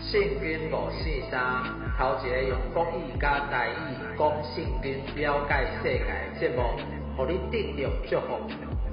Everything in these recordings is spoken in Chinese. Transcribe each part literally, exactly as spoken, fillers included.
圣经五四三，头一个用国语加台语讲圣经了解世界的节目，互你得到祝福。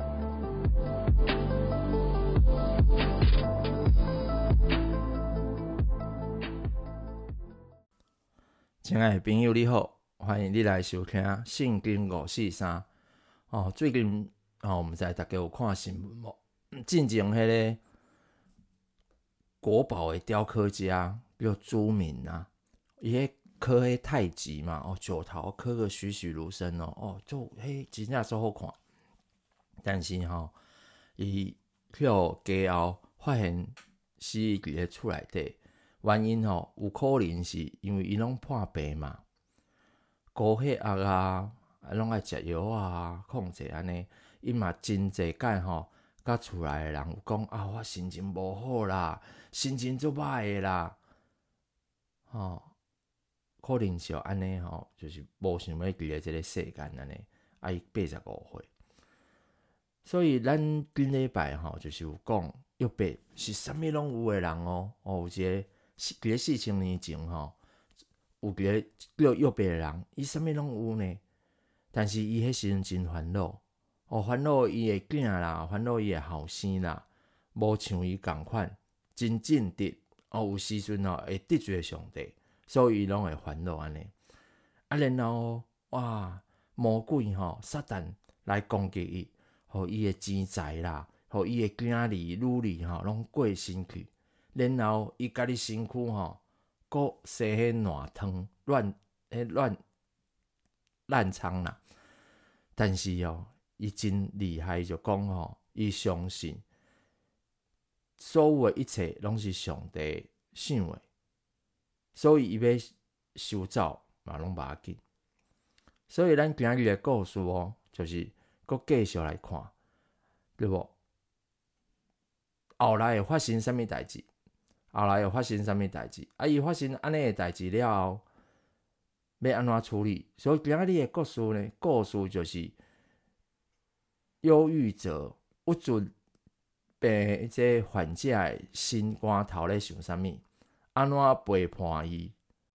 亲爱的朋友你好，欢迎你来收听圣经五四三。哦，最近哦，我们知大家有看新闻无？进前迄个国宝的雕刻家叫朱铭啊，伊迄刻迄太极嘛，哦，九头刻个栩栩如生哦，哦，就迄真正足好看。但是吼、哦，伊迄家后发现死伫咧厝内底，原因吼、哦、有可能是因为伊拢破病嘛，高血压啊，拢爱食药啊，控制安尼，伊嘛真侪间吼。甲厝内的人有讲啊，我心情无好啦，心情足歹的啦，吼、哦，可能是安尼吼，就是无想要伫咧即个世间安尼，啊，伊八十五岁，所以咱顶礼拜吼，就是有讲约伯是啥物拢有的人哦，哦，有一个伫咧四千年前吼，有一个叫约伯的人，伊啥物拢有呢，但是伊迄时阵真烦恼。哦，烦恼伊的囝啦，烦恼伊的后生啦，无像伊共款真正直。哦，有时阵哦会得罪上帝，所以伊拢会烦恼安尼。啊，然后哇，魔鬼吼、哦、撒旦来攻击伊，互伊的钱财啦，互伊的囝儿女儿吼拢过身去。然后伊家己身躯吼，搁生迄烂汤乱迄乱烂疮啦。但是哦。伊真厉害，就讲吼，伊相信所有的一切拢是上帝想的，所以伊要修造嘛拢无要紧。所以咱今日的故事哦，就是搁继续来看，对无？后来会发生什么代志？后来会发生什么代志？啊，伊发生安尼的代志了后，要安怎处理？所以今日的故事呢，故事就是。忧郁者不准被这患者的心肝头咧想啥物，安怎陪伴伊？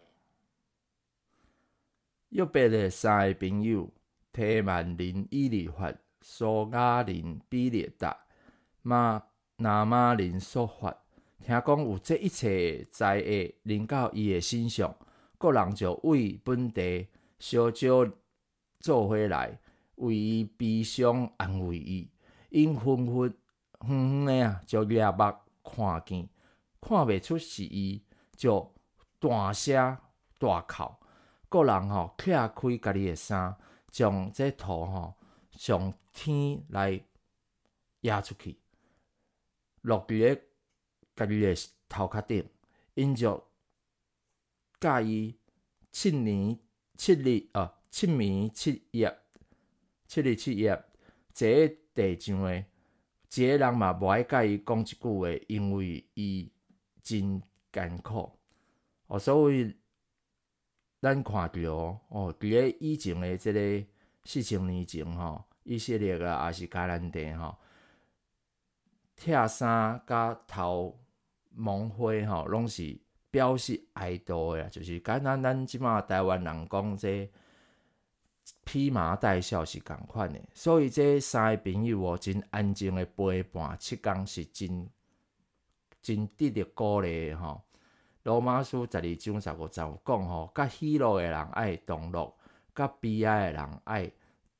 约伯的三个朋友提曼林、以利法、苏雅林、比列达、马拿马林所发，听讲有这一切灾厄临到伊的身上，各人就为本地烧酒做伙来。为伊悲伤安慰伊，因纷纷远远的啊，就掠目看见，看袂出是伊，就大声大哭。个人吼拆开家己的衫，将这土吼上天来压出去，落伫咧家己的头壳顶，因就介意七年七日啊，七暝七夜。七日七夜，坐喺地上诶，一个人嘛无爱甲伊讲一句话，因为伊真艰苦。哦，所以咱看到哦，伫咧以前诶，即个四千年前吼，以色列啊，也是迦南地吼，拆衫甲头蒙花吼，拢是表示哀悼诶，就是敢若咱即马台湾人讲这。披麻戴孝是同款的，所以这三个朋友哦，真安静的陪伴七天是真真值得鼓励的吼。罗马书十二章十五节有讲吼，甲喜乐的人爱同乐，甲悲哀的人爱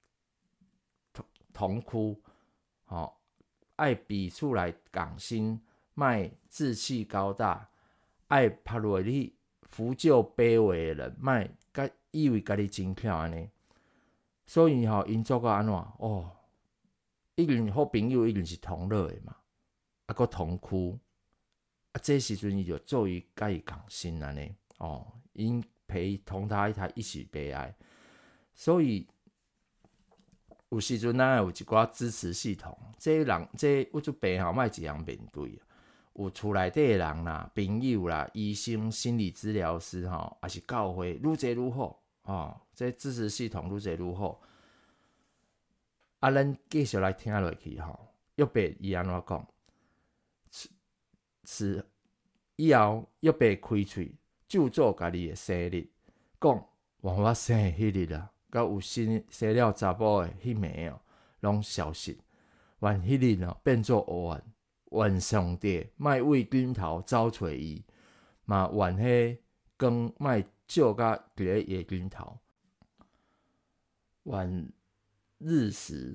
同哭，吼，爱彼此来共心，卖志气高大，爱拍落去扶救卑微的人，卖甲以为家己真巧安尼。所以吼，因做到安怎？哦，一定好朋友一定是同乐的嘛，啊，佮同哭，啊，这时阵伊就做伊甲伊共心安尼，哦，因陪同他一台一起悲哀，所以有时阵咱有一寡支持系统，这人这有做病吼，莫一样面对，有厝内底的人啦、朋友啦、医生、心理治疗师吼，还是教会，愈侪愈好。哦，这支持系统愈侪愈好。啊，咱继续来听落去吼。约伯伊安怎讲？此以后约伯开喙咒诅家己的生日，讲换我生的迄日啊，甲有生生了查甫的迄暝哦，拢消失。愿迄日哦变作乌暗，愿上帝莫为拳头找找伊，嘛愿迄光莫照甲伫咧伊的拳头，愿日时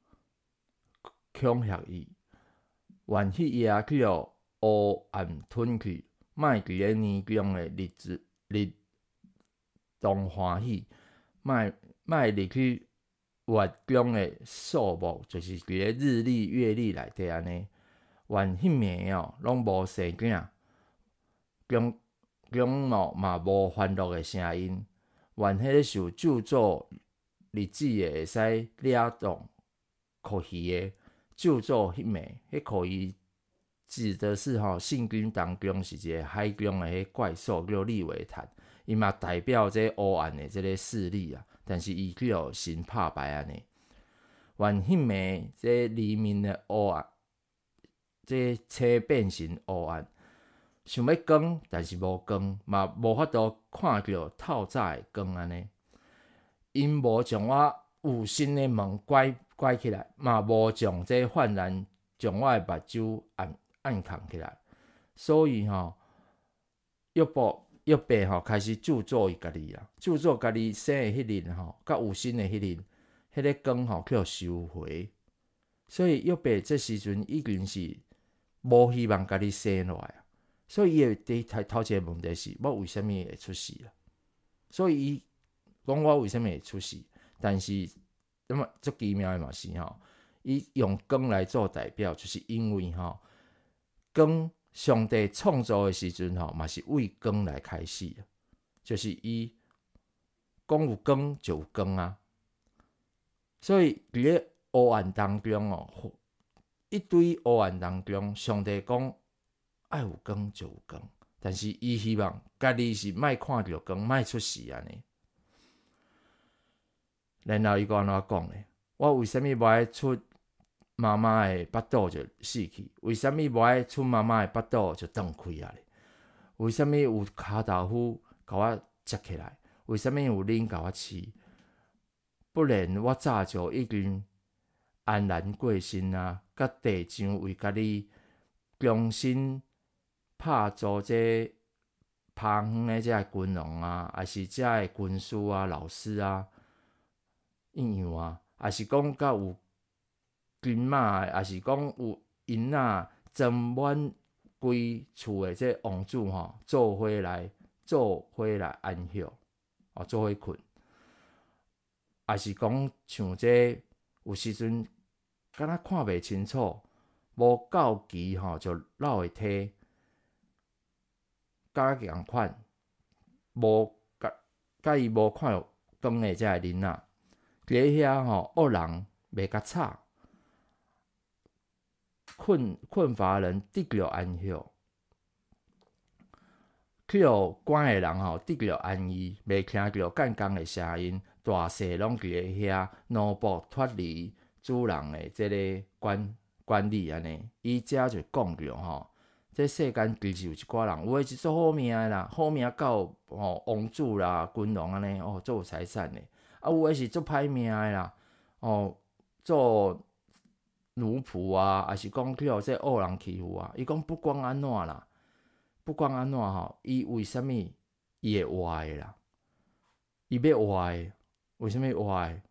恐吓伊，愿迄夜去了乌暗吞去，莫伫咧年中的日子日当欢喜，莫莫入去月中的数目，就是伫咧日历月历内底安尼。愿迄暝哦，拢无生囝，中中哦嘛无欢乐的声音。愿迄个受咒诅日子的会使掠动可鱼的咒诅迄暝，迄可鱼指的是吼、哦、圣经当中是一个海中的迄怪兽叫利维坦，伊嘛代表这乌暗的这个势力啊。但是伊去互神拍败安尼。愿迄暝这黎明的乌暗，这车变成乌暗，想要光，但是无光，嘛无法度看到透早的光安尼。因无将我有心的门关关起来，嘛无将这泛滥将我的目睭暗暗藏起来。所以吼，约伯约伯吼开始咒诅伊家己啦，咒诅家己生的迄日吼，甲有生的迄日，迄个光吼去互收回。所以约伯这时阵已经是无希望家己生落来啊。所以伊会第头一个问题是：我为什么会出事啊？所以伊讲我为什么会出事？但是那么足奇妙的嘛是吼，伊用光来做代表，就是因为吼光。上帝创造的时阵吼，嘛是为光来开始，就是伊讲有光就有光啊。所以伫咧黑暗当中哦，一堆黑暗当中，上帝讲爱有光就有光，但是伊希望家己是莫看到光，莫出事安尼。然后伊讲安怎讲咧？我为什么无爱出？妈妈的腹肚就死去，为什么无爱出妈妈的腹肚就断开啊？为什么有骹豆腐甲我接起来？为什么有奶甲我饲？不然我早就已经安然过身啊！甲地上为家己重新拍做这拍远的这军农啊，还是这的军师啊、老师啊，一样啊，还是讲甲有。军马，也是讲有因仔装满规厝的这王子吼，做伙来做伙来安歇，哦，做伙困，也是讲像这有时阵，敢若看袂清楚，无够期吼就落会体，甲共款，无甲甲伊无看到光的这个囡仔，伫咧遐吼恶人袂甲吵。困困乏人得了安息，去互关的人吼得了安逸，袂听着干工的声音，大细拢伫咧遐奴仆脱离主人的即个管管理安尼。伊遮就讲着吼，这世间其实有一寡人，有诶是做好命的啦，好命到吼王子啦、君王安尼哦，做有财产的；啊，有诶是做歹命的啦，哦做。奴仆啊，还是讲去互这恶人欺负啊？伊讲不管安怎啦，不管安怎吼，伊为什么伊会活的啦？伊要活的，为什么活的？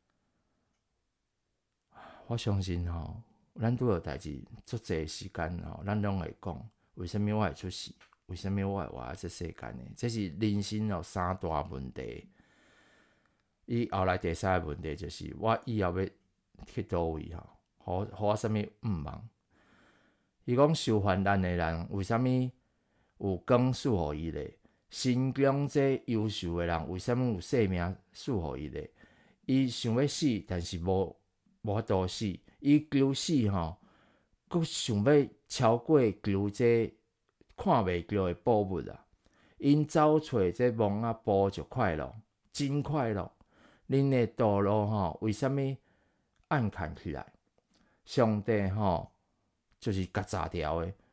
我相信吼，咱拄着代志足侪时间吼，咱拢会讲为什么我会出事？为什么我会活在这世间呢？这是人生哦三大问题。伊后来第三个问题就是我以后要去倒位吼？互互我啥物毋茫？伊讲受患难的人，为啥物有光赐互伊咧？心中这优秀的人，为啥物有性命赐互伊咧？伊想要死，但是无无法度死。伊求死吼，佫想要超过求这看袂到的宝物啊！因走找这梦啊，步就快乐，真快乐。恁的道路吼，为啥物暗藏起来？上帝吼，就是甲查条的，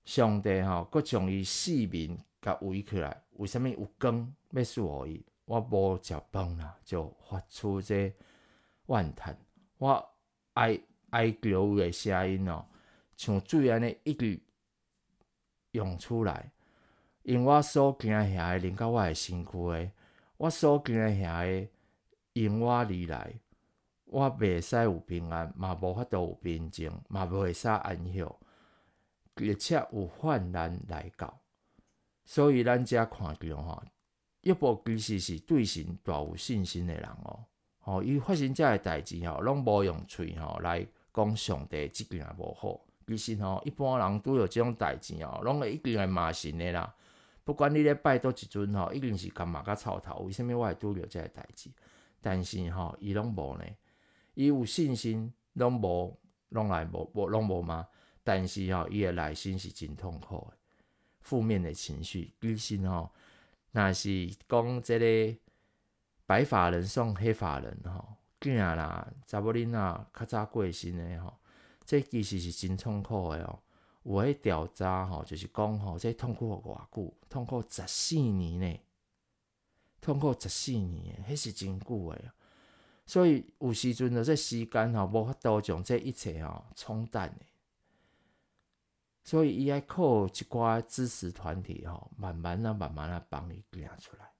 上帝吼，佫将伊四面甲围起来，为什么有光要赐予伊？我无食饭啦，就发出这怨叹，我哀哀求的声音哦，像水安尼一直涌出来，因我所行遐的临到我的身躯的，我所行遐的因我而来，我袂使有平安，嘛无法度有平静，嘛袂使安息，而且有患难来到。所以咱遮看到吼，约伯其实是对神大有信心的人哦。吼，伊发生遮个代志吼，拢无用喙吼来讲上帝即件无好。其实吼，一般人拄着即种代志吼，拢会一定会骂神的啦。不管你咧拜倒一尊吼，一定是干骂甲臭头。为什么我会拄着遮个代志？但是吼，伊拢无呢。伊有信心，拢无，拢来无，无拢无嘛。但是吼，伊的内心是真痛苦的，负面的情绪。其实吼，若是讲即个白发人送黑发人吼，囝啦、查某囡仔较早过身的吼，这其实是真痛苦的哦。有迄调查吼，就是讲吼，这痛苦偌久？痛苦十四年呢，痛苦十四年的，迄是真久的。所以有时阵就这时间吼，无法度将这一切吼冲淡的。所以伊爱靠一寡支持团体吼，慢慢啊、慢慢啊帮伊行出来。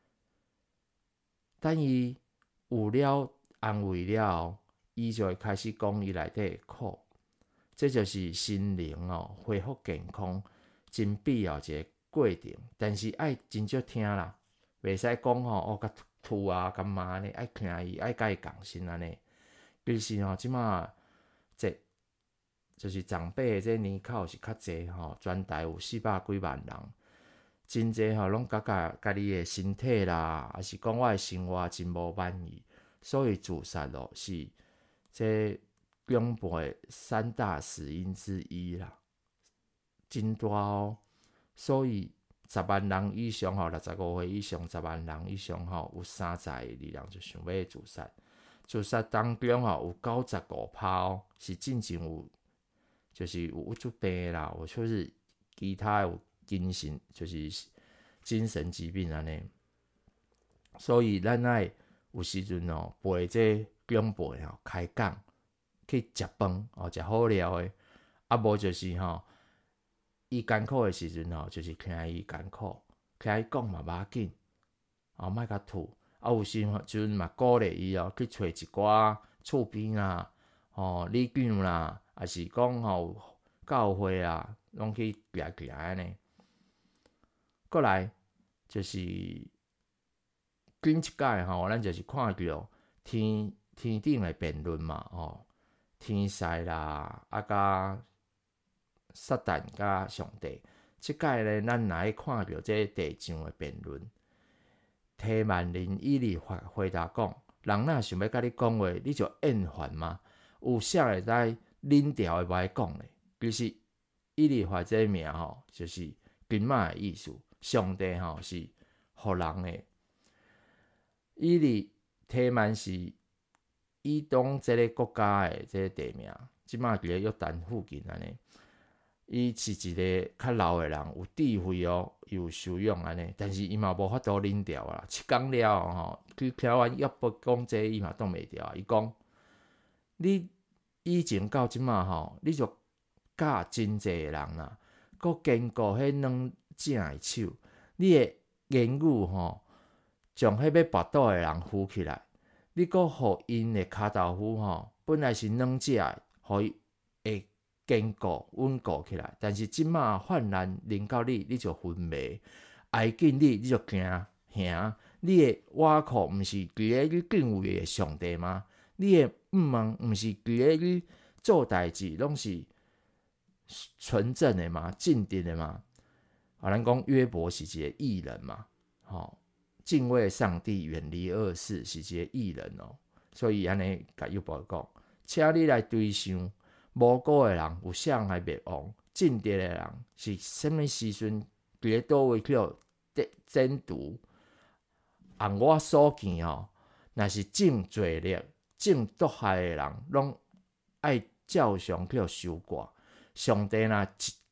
等伊有了安慰了，伊就会开始讲伊内底的苦。这就是心灵哦恢复健康真必要一个过程。但是爱真少听啦，袂使讲吼哦，甲吐啊、干嘛呢？爱听伊，爱甲伊共心安尼。其实吼，即马这就是长辈的这年口是较济吼，全台有四百几万人，真济吼拢感觉家己的身体啦，还是讲我的生活真无满意，所以自杀咯是这恐怖的三大死因之一啦，真大哦。所以十万人以上吼，六十五岁以上，十万人以上吼，有三十个力量就想要自杀。自杀当中吼，有九十五趴哦，是真正有，就是有有出病啦，或者是其他有精神，就是精神疾病安尼。所以咱爱有时阵哦，陪这长辈吼开讲。去食饭哦，食好料的，啊无就是吼，伊艰苦的时阵吼，就是听伊艰苦，听伊讲嘛无要紧，哦莫甲吐，啊有时阵嘛鼓励伊哦，去找一寡厝边啦，吼里长啦，也是讲吼教会啊，拢去行行安尼。过来就是近一届吼，咱就是看到天天顶的辩论嘛，吼。天使啦，啊，甲撒旦甲上帝，即届咧，咱来看到这地上的辩论。提曼林伊利回回答讲：人若想要甲你讲话，你就厌烦吗？有啥会使忍调的无爱讲咧？其实伊利华这个名吼，就是金马的意思。上帝吼是互人的。伊利提曼是。以东这个国家的这个地名，即马伫咧约旦附近安尼。伊是一个较老的人，有智慧哦，有修养安尼。但是伊嘛无法度忍调啦。七讲了吼，去听完约伯讲这伊嘛挡袂牢。伊讲：你以前到即马吼，你就教真济个人啦，佮坚固迄两正的手，你的言语吼，将迄要跋倒的人扶起来。你阁互因的骹豆腐吼，本来是软只的，互伊会坚固稳固起来。但是即马患难临到你，你就昏迷；挨近你，你就惊吓。你的瓦靠毋是伫咧你敬畏的上帝吗？你的毋望毋是伫咧你做代志拢是纯正的吗？正直的吗？啊，咱讲约伯是一个义人嘛，吼。敬畏上帝，远离恶事，是一个义人哦。所以安尼甲约伯讲，请你来追想，无辜的人有啥人会灭亡？正直的人是什么时阵伫咧倒位去互诊毒？按我所见哦，若是正罪孽、正毒害的人，拢爱照常去互收割。上帝若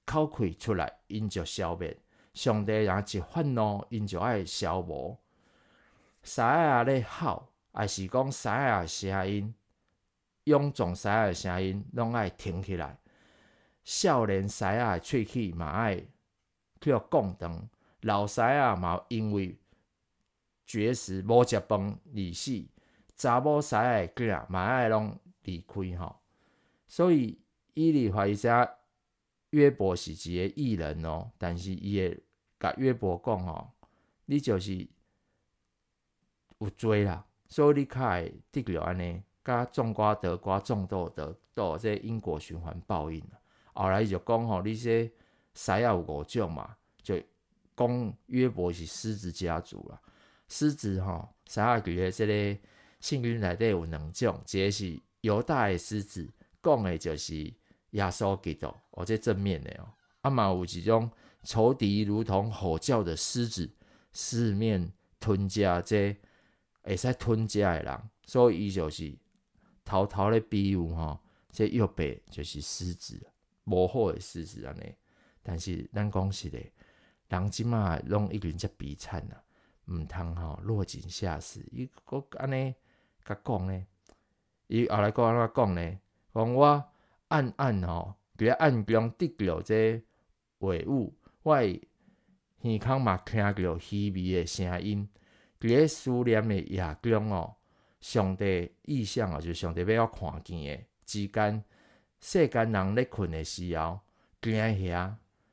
口开出来，因就消灭；上帝若一发怒，因就爱消无。狮仔咧吼，也是讲狮仔声音，勇壮狮仔声音，拢爱停起来。少年狮仔喙齿嘛爱去互讲长，老狮仔嘛因为绝食无食饭而死，查某狮仔囝嘛爱拢离开吼。所以以利怀疑者约伯是一个义人哦，但是伊会甲约伯讲吼，你就是有罪啦，所以你较会得着安尼，甲种瓜得瓜，种豆得豆，这因果循环报应。后来就讲吼，你这狮仔有五种嘛，就讲约伯是狮子家族啦。狮子吼，狮仔伫咧这个圣经内底有两种，一个是犹大的狮子，讲的就是耶稣基督，哦，这正面的哦。啊嘛有一种仇敌如同吼叫的狮子，四面吞食这会使吞食的人，所以伊就是偷偷咧比喻吼，这约伯就是狮子，无好的狮子安尼。但是咱讲实的，人即马拢一个人遮悲惨啊，毋通吼落井下石。伊佫安尼甲讲呢，伊后来佫安怎讲呢？讲我暗暗吼，伫咧暗中得着这话语，我的耳孔嘛听着虚微的声音。伫咧思念的夜中哦，上帝意象哦，就是上帝要我看见的之间，世间人咧困的时候，惊遐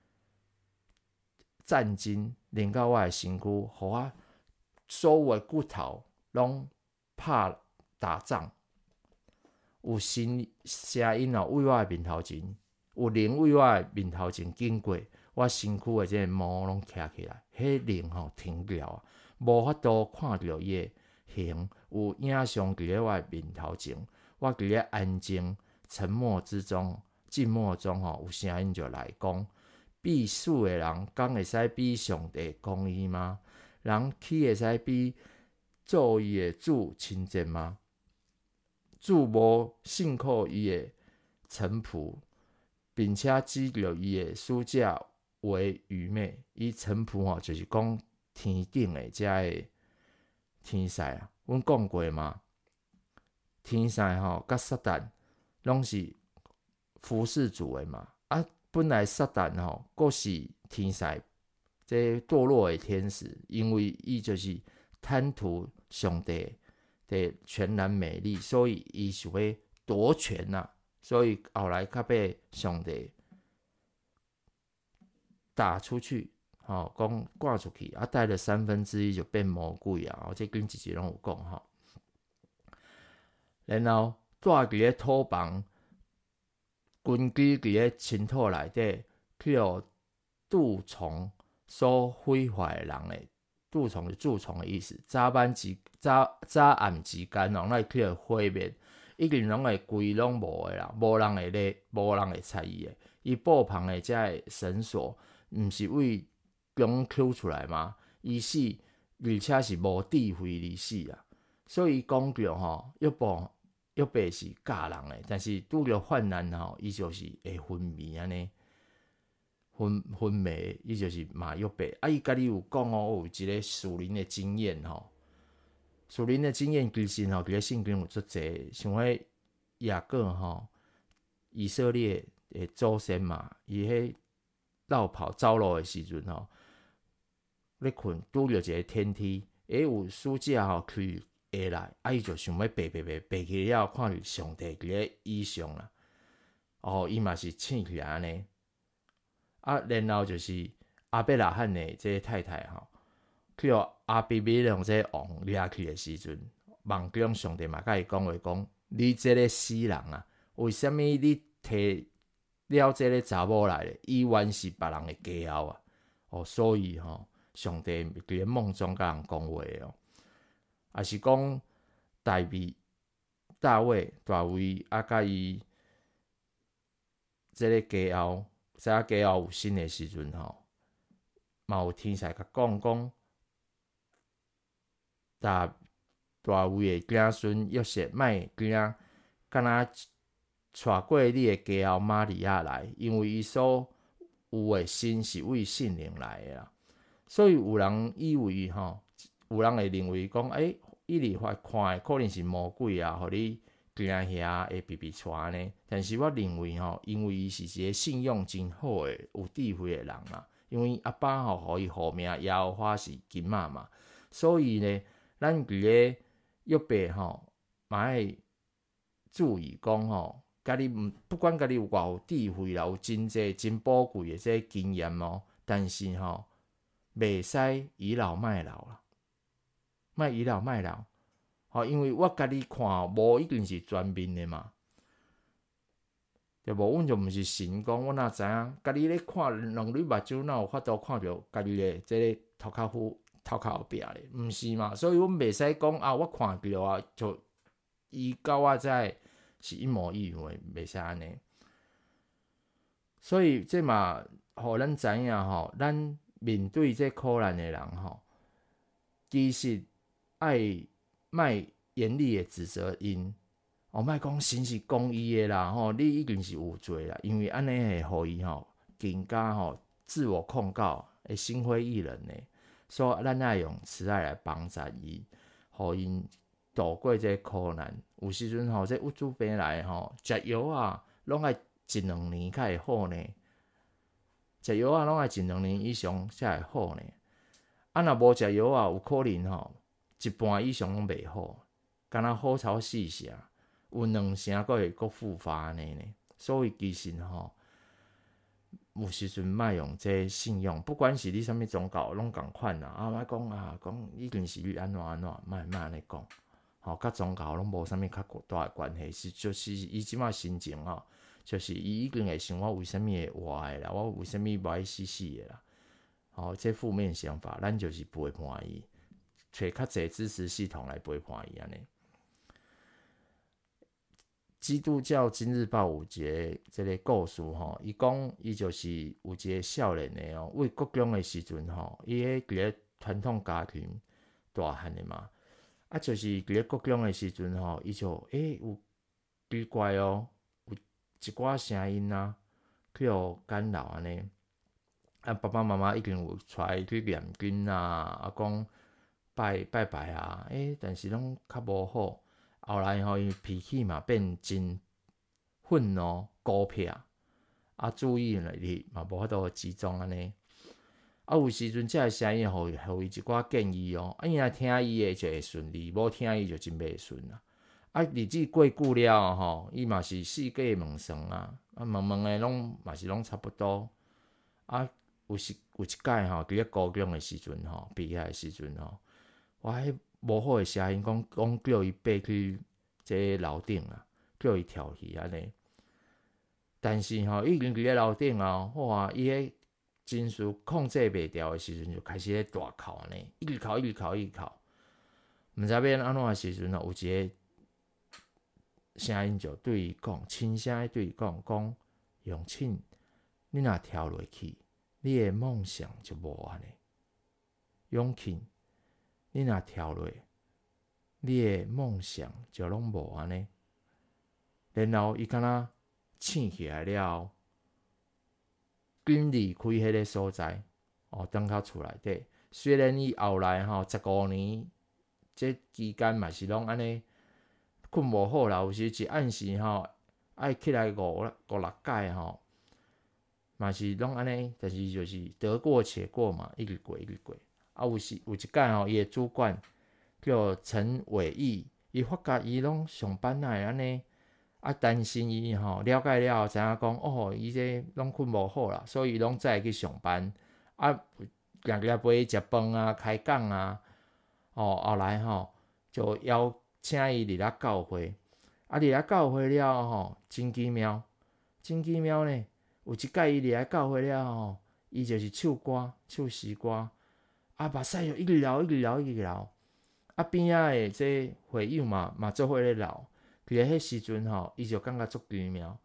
战惊，令到我的身躯，互我所有的骨头拢拍打仗。有神声音哦，为我的面头前，有灵为我的面头前经过，我身躯的这个毛拢徛起来，迄灵吼停了啊。无法度看到伊的形，有影像伫咧我的面头前，我伫咧安静、沉默之中、静默中吼，有声音就来讲：必死的人，敢会使比上帝公义吗？人岂会使比做伊的主亲近吗？主无信靠伊的臣仆，并且指着伊的使者为愚昧。伊臣仆吼，就是讲。天顶的遮个天使啊，阮讲过嘛，天使吼甲撒旦拢是服侍主的嘛。啊，本来撒旦吼佫是天使，这堕落的天使，因为伊就是贪图上帝的全然美丽，所以伊想要夺权呐、啊。所以后来较被上帝打出去。吼，讲挂出去，啊，带了三分之一就变魔鬼啊！这跟自己拢有讲吼。然后住伫咧土房，根基伫咧尘土内底，去互蠹虫所毁坏的人诶。蠹虫是蛀虫的意思。早晚之早早暗之间哦，那去互毁灭，一定拢会规拢无诶啦，无人会咧，无人会睬伊诶。伊布旁诶，遮个绳索，毋是为中抽出来嘛，伊死，而且是无智慧而死啊。所以讲着吼，约伯约伯是教人诶，但是拄着患难吼，伊就是会昏迷安尼，昏昏迷，伊就是嘛约伯。啊，伊家己有讲哦，有一个属灵的经验吼，属灵的经验其实吼，伫咧圣经有足济，像迄雅各吼，以色列的祖先嘛，伊迄绕跑走路的时阵吼。咧困拄着一个天梯，诶，有使者吼去下来，啊，伊就想要爬爬爬爬起了，看着上帝伫咧以上啦。哦，伊嘛是醒起来安尼。啊，然后就是阿伯拉罕的这个太太吼，去互阿比米勒这个王掠去的时阵，梦中上帝嘛甲伊讲话讲：你这个死人啊，为什么你摕了这个查某来咧？伊原是别人的家后啊。哦，所以吼。上帝伫咧梦中甲人讲话哦，也是讲大卫、大卫、大卫啊，甲伊即个家后，知影家后有新的时阵吼，嘛有天使甲讲讲，大大卫的子孙约瑟，莫惊，敢若带过你的家后玛利亚来，因为伊所有诶心是为圣灵来诶啦。所以有人以为吼，有人会认为讲，诶、欸，伊伫发看诶可能是魔鬼啊，互你惊遐会避避带呢。但是我认为吼，因为伊是一个信用真好诶、有智慧诶人啊。因为阿爸吼，互伊号名耶和华是金妈嘛，所以呢，咱伫咧约伯吼，嘛爱注意讲吼，家己毋不管家己有偌有智慧啦，有真济真宝贵诶这经验哦，但是吼，袂使倚老卖老啦，莫倚老卖老。吼，因为我家己看无一定是全面诶嘛。对无，阮就毋是神讲，我哪知影？家己咧看两粒目睭，哪有法度看着家己咧即个头壳后头壳后壁咧？毋是嘛？所以阮袂使讲啊，我看着啊，就伊甲我知是一模一样诶，袂使安尼。所以这嘛，互咱知影吼，咱面对这苦难诶人吼，其实爱莫严厉诶指责因。哦，莫讲神是公义的啦，吼，你一定是有罪啦，因为安尼会互伊吼更加吼自我控告，会心灰意冷呢。所以咱爱用慈爱来帮助伊，互因度过这苦难。有时阵吼，这有主病来吼，食药啊，拢爱一两年才会好呢。食药啊，拢爱一两年以上才会好呢。啊，若无食药啊，有可能吼一半以上拢袂好，敢若好草四下。有两成佫会佫复发呢呢，所以其实吼，有时阵莫用这信用，不管是你啥物宗教，拢共款啦。啊，莫讲啊，讲一定是你安怎安怎，莫莫安尼讲。吼，甲宗教拢无啥物较大诶关系，是就是伊即马心情吼，就是伊已经会想我为虾米会活诶啦，我为虾米无爱死死诶啦。吼，这负面想法，咱就是陪伴伊，找较济支持系统来陪伴伊安尼。基督教今日报有一个这个故事吼，伊讲伊就是有一个少年的哦，为国中的时阵吼，伊迄伫咧传统家庭大汉的嘛，啊就是伫咧国中的时阵吼，伊就诶、欸、有奇怪哦，有一寡声音啊，去互干扰安尼，啊爸爸妈妈已经有带去念经啊，啊讲拜拜拜啊，诶、欸、但是拢较无好。后来吼，伊脾气嘛变真愤怒、孤僻，啊，注意力嘛无法度集中安尼。啊，有时阵这个声音互互伊一寡建议哦，啊，伊若听伊诶就会顺利，无听伊就真袂顺啦。啊，日子过久了吼，伊嘛是四界问算啊，啊，问问诶拢嘛是拢差不多。啊，有时有一摆吼，伫咧高中诶时阵吼，毕业诶时阵吼，我迄无好诶声音，讲讲叫伊爬去这楼顶啊，叫伊跳去安尼。但是吼，已经伫咧楼顶啊，哇！伊迄情绪控制袂牢诶时阵，就开始咧大哭安尼，一直哭，一直哭，一直哭。毋知要安怎诶时阵吼，有一个声音就对伊讲，轻声对伊讲，讲永庆，你若跳落去，你诶梦想就无安尼。永庆。你若跳落，你诶梦想就拢无安尼。然后伊敢若醒起来了后，紧离开迄个所在，哦，转到厝内底。虽然伊后来吼十五年，这期间嘛是拢安尼困无好啦，有时一暗时吼爱起来五五六摆吼，嘛是拢安尼，但是就是得过且过嘛，一直过一直过。啊，有时有一摆吼，伊诶主管叫陈伟义，伊发觉伊拢上班哪会安尼，啊担心伊吼，了解了后知影讲，哦，伊这拢困无好啦，所以伊拢再去上班，啊，常常陪伊食饭啊，开讲啊，哦，后来吼就邀请伊入来教会，啊，入来教会了吼，真奇妙，真奇妙呢。有一摆伊入来教会了吼，伊就是唱歌，唱诗歌。啊，目屎就一直流，一直流，一直流。啊，边仔诶，这会友嘛，嘛做伙咧流。伫咧迄时阵吼，伊就感觉足奇妙。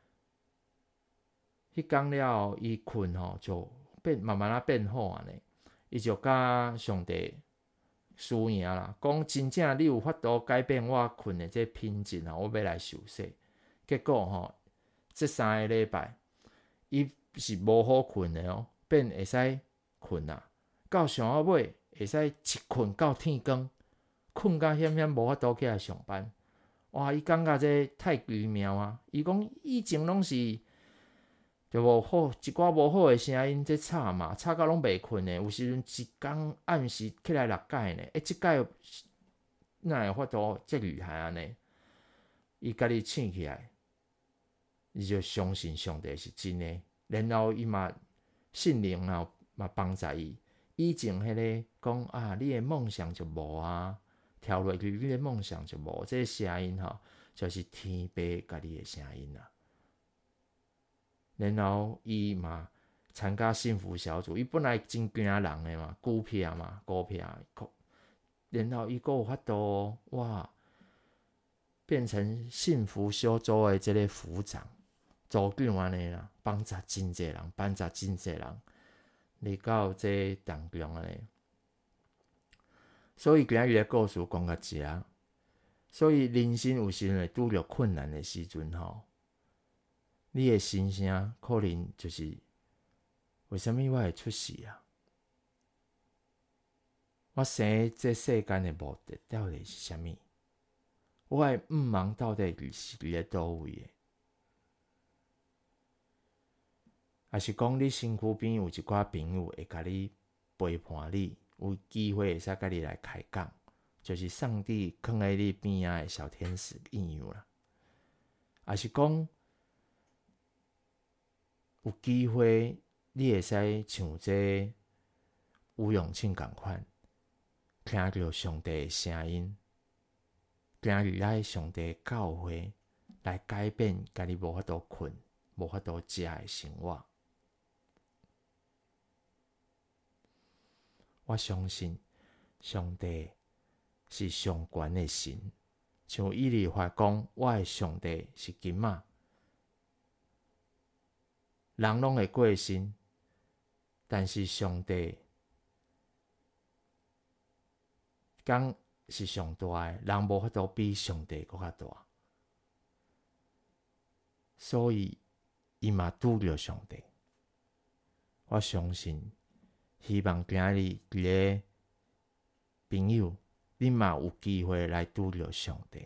迄天了后，伊困吼就变慢慢啊变好安尼。伊就甲上帝施言啦，讲真正你有法度改变我困诶这品质吼，我要来受洗。结果吼，这三个礼拜，伊是无好困的哦，变会使困啊。到上尾尾会使一困到天光，困到险险无法度起来上班。哇！伊感觉这太奇妙啊！伊讲以前拢是就无好一寡无好的声音在吵嘛，吵到拢袂困的。有时阵一工暗时起来六摆呢，诶，即摆哪会法度遮厉害安尼？伊家己醒起来，伊就相信上帝是真的。然后伊嘛信灵啊，嘛帮助伊。以前迄个讲啊，你的梦想就无啊。跳落去，你的梦想就无。这个声音吼，就是天父家己的声音啦。然后伊嘛参加幸福小组，伊本来真惊人的嘛，股票嘛，股票。然后伊阁有法度哇，变成幸福小组的这个副长、组长安尼啦，帮助真济人，帮助真济人，嚟到这当中安尼。所以今日的故事讲到这，所以人生有时会拄着困难的时阵吼，你的心声可能就是为什么我会出事啊？我生这世间的目的到底是啥物？我的毋茫到底是伫咧倒位的？还是讲你身躯边有一寡朋友会甲你陪伴你？有机会会使甲你来开讲，就是上帝放在你边仔的小天使应用啦。也是讲有机会，你会使像这吴永庆共款，听到上帝的声音，行入来上帝的教会来改变家己无法度困、无法度食的生活。我相信上帝是上悬的神，像以利法讲，我的上帝是金仔，人拢会过身，但是上帝讲是上大的，人无法度比上帝搁较大，所以伊嘛拄着上帝。我相信。希望今日伫个朋友，你嘛有机会来拄着上帝。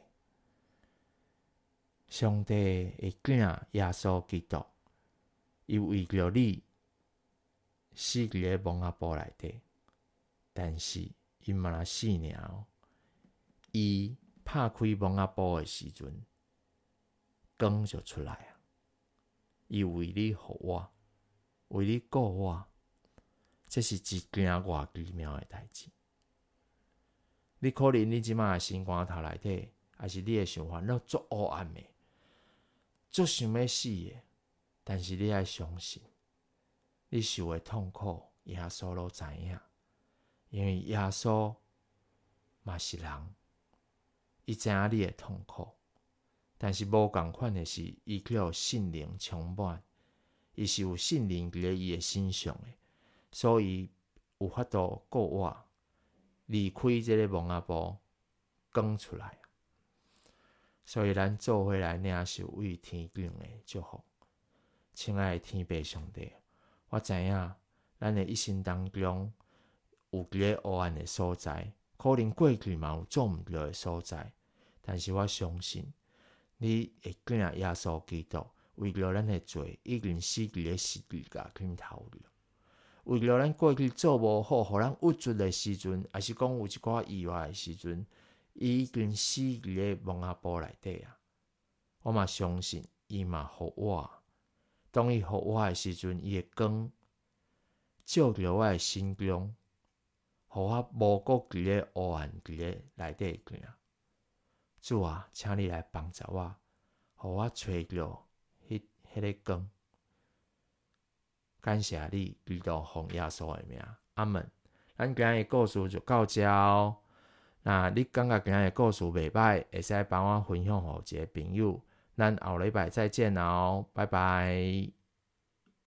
上帝的囝耶稣基督，伊为着你死伫个蒙阿布内底，但是伊嘛若死尔，伊拍开蒙阿布的时阵，光就出来啊！伊为你互我，为你顾我。这是一件偌奇妙的代志。你可能你即马的心肝头内底，还是你的想法，那足黑暗的，足想要死的。但是你要相信，你受的痛苦，耶稣都知影，因为耶稣嘛是人，伊知影你的痛苦。但是无共款的是，伊却有圣灵充满，伊是有圣灵伫咧伊的身上的。所以有法度顾我离开这个蒙阿布，讲出来。所以咱做伙来领受为天降的祝福。亲爱的天父上帝，我知影咱的一生当中有伫咧黑暗的所在，可能过去嘛有做毋到的所在，但是我相信你的囝耶稣基督为了咱的罪，已经死伫咧十字架顶头了。为了咱过去做无好，互咱郁卒的时阵，还是讲有一寡意外的时阵，伊已经死伫咧蒙阿布内底啊！我嘛相信，伊嘛互我。当伊互我的时阵，伊的光照着我的心中，互我无搁伫咧黑暗伫咧内底行。主啊，请你来帮助我，互我找着迄迄个光。感谢你，基督奉耶稣的名，阿门。咱今日的故事就到这哦。那你感觉今日的故事袂歹，会使帮我分享给一个朋友。咱后礼拜再见哦，拜拜。